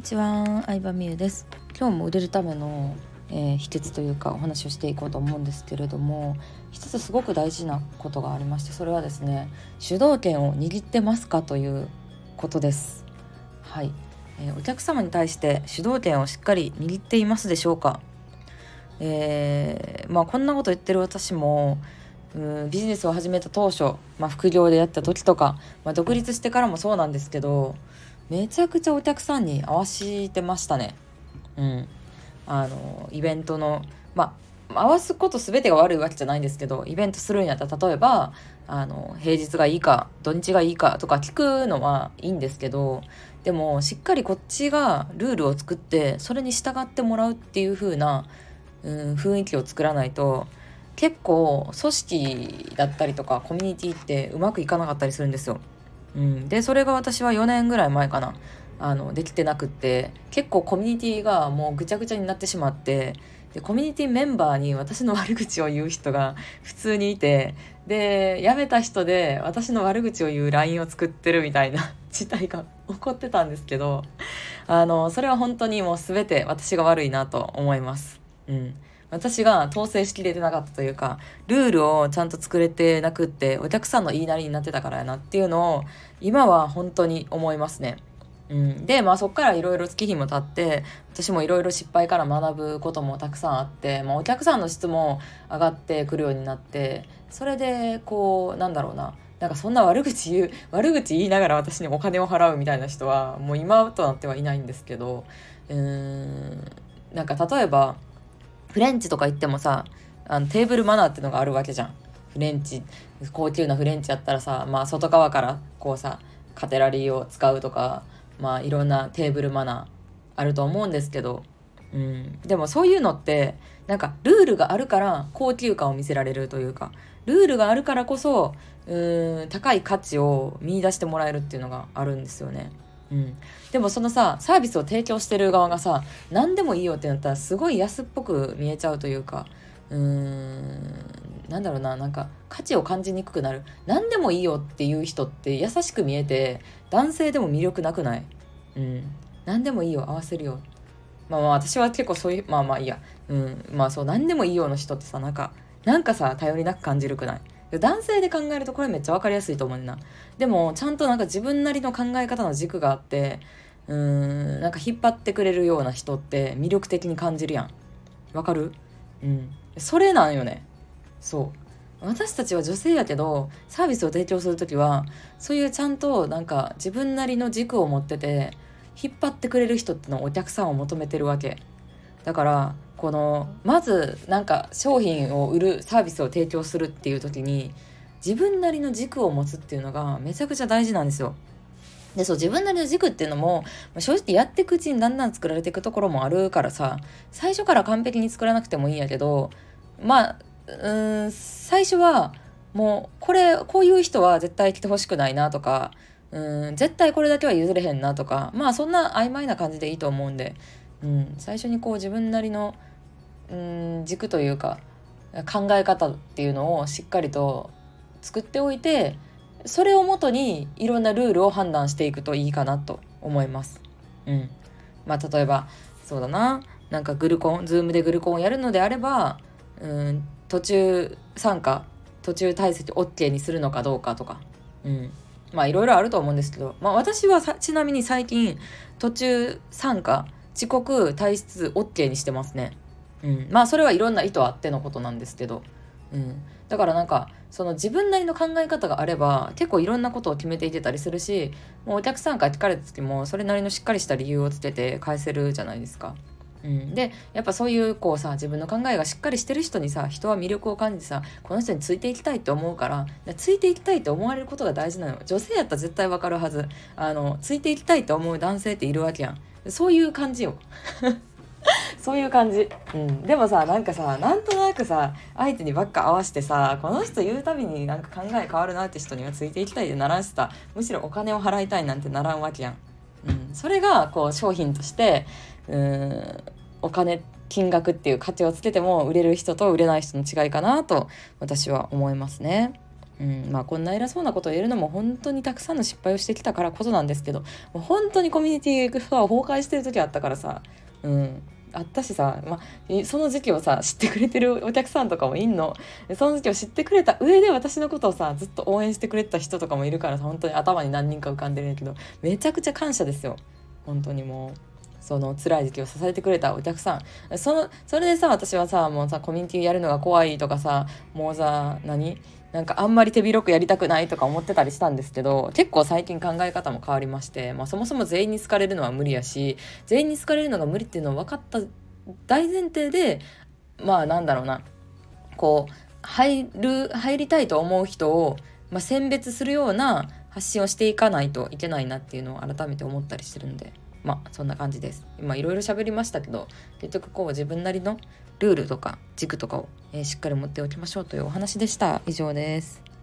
ちは、相葉美優です。今日も売れるための、秘訣というかお話をしていこうと思うんですけれども、一つすごく大事なことがありまして、それはですね、主導権を握ってますかということです。はい、お客様に対して主導権をしっかり握っていますでしょうか。こんなこと言ってる私もビジネスを始めた当初、副業でやった時とか、独立してからもそうなんですけど、めちゃくちゃお客さんに合わしてましたね。イベントの合わすこと全てが悪いわけじゃないんですけど、イベントするんやったら例えば平日がいいか土日がいいかとか聞くのはいいんですけど、でもしっかりこっちがルールを作ってそれに従ってもらうっていう風な雰囲気を作らないと、結構組織だったりとかコミュニティってうまくいかなかったりするんですよ。でそれが私は4年ぐらい前かな、できてなくって、結構コミュニティがもうぐちゃぐちゃになってしまって、でコミュニティメンバーに私の悪口を言う人が普通にいて、で辞めた人で私の悪口を言う LINE を作ってるみたいな事態が起こってたんですけど、それは本当にもう全て私が悪いなと思います。私が統制しきれてなかったというか、ルールをちゃんと作れてなくってお客さんの言いなりになってたからやなっていうのを今は本当に思いますね。でそっからいろいろ月日も経って、私もいろいろ失敗から学ぶこともたくさんあって、お客さんの質も上がってくるようになって、それでこうなんかそんな悪口言いながら私にお金を払うみたいな人はもう今となってはいないんですけど、なんか例えばフレンチとか行ってもさ、テーブルマナーってのがあるわけじゃん。フレンチ、高級なフレンチやったらさ、外側からこうさ、カテラリーを使うとか、いろんなテーブルマナーあると思うんですけど、でもそういうのってなんかルールがあるから高級感を見せられるというか、ルールがあるからこそ高い価値を見出してもらえるっていうのがあるんですよね。でもそのさ、サービスを提供してる側がさ、何でもいいよってなったらすごい安っぽく見えちゃうというか、なんか価値を感じにくくなる。何でもいいよっていう人って優しく見えて、男性でも魅力なくない？何でもいいよ、合わせるよ。私は結構そういう、いいや。そう何でもいいよの人ってさ、なんかさ、頼りなく感じるくない？男性で考えるとこれめっちゃ分かりやすいと思うねんな。でもちゃんとなんか自分なりの考え方の軸があって、なんか引っ張ってくれるような人って魅力的に感じるやん。わかる？それなんよね。そう私たちは女性やけど、サービスを提供するときはそういうちゃんとなんか自分なりの軸を持ってて、引っ張ってくれる人ってのお客さんを求めてるわけだから、このまずなんか商品を売る、サービスを提供するっていう時に自分なりの軸を持つっていうのがめちゃくちゃ大事なんですよ。で自分なりの軸っていうのも正直やっていくうちにだんだん作られていくところもあるからさ、最初から完璧に作らなくてもいいんやけど、最初はもうこういう人は絶対来てほしくないなとか、絶対これだけは譲れへんなとか、そんな曖昧な感じでいいと思うんで、最初にこう自分なりの軸というか考え方っていうのをしっかりと作っておいて、それをもとにいろんなルールを判断していくといいかなと思います。例えばそうだな、なんかズームでグルコンをやるのであれば、途中参加途中退席 OK にするのかどうかとか、いろいろあると思うんですけど、私はちなみに最近途中参加遅刻退出 OK にしてますね。それはいろんな意図あってのことなんですけど、だからなんかその自分なりの考え方があれば結構いろんなことを決めていけたりするし、もうお客さんから聞かれた時もそれなりのしっかりした理由をつけて返せるじゃないですか。でやっぱそういうこうさ、自分の考えがしっかりしてる人にさ、人は魅力を感じてさ、この人についていきたいって思うから、ついていきたいって思われることが大事なの。女性やったら絶対わかるはず。ついていきたいって思う男性っているわけやん。そういう感じよ。そういう感じ。でもさ、なんかさ、なんとなくさ、相手にばっか合わせてさ、この人言うたびになんか考え変わるなって人にはついていきたいってならんしさ、むしろお金を払いたいなんてならんわけやん。それがこう商品としてお金、金額っていう価値をつけても売れる人と売れない人の違いかなと私は思いますね。 まあこんな偉そうなことを言えるのも本当にたくさんの失敗をしてきたからこそなんですけど、もう本当にコミュニティが崩壊してる時あったからさ、あったしさ、その時期をさ知ってくれてるお客さんとかもいんの。その時期を知ってくれた上で私のことをさずっと応援してくれてた人とかもいるからさ、本当に頭に何人か浮かんでるんやけど、めちゃくちゃ感謝ですよ。本当にもうその辛い時期を支えてくれたお客さん、それでさ、私はさ、もうさコミュニティやるのが怖いとかさ、もうさなんかあんまり手広くやりたくないとか思ってたりしたんですけど、結構最近考え方も変わりまして、そもそも全員に好かれるのは無理やし、全員に好かれるのが無理っていうのを分かった大前提で、なんだろうな、こう入りたいと思う人を、選別するような発信をしていかないといけないなっていうのを改めて思ったりしてるんで、そんな感じです。今いろいろ喋りましたけど、結局こう自分なりのルールとか軸とかを、しっかり持っておきましょうというお話でした。以上です。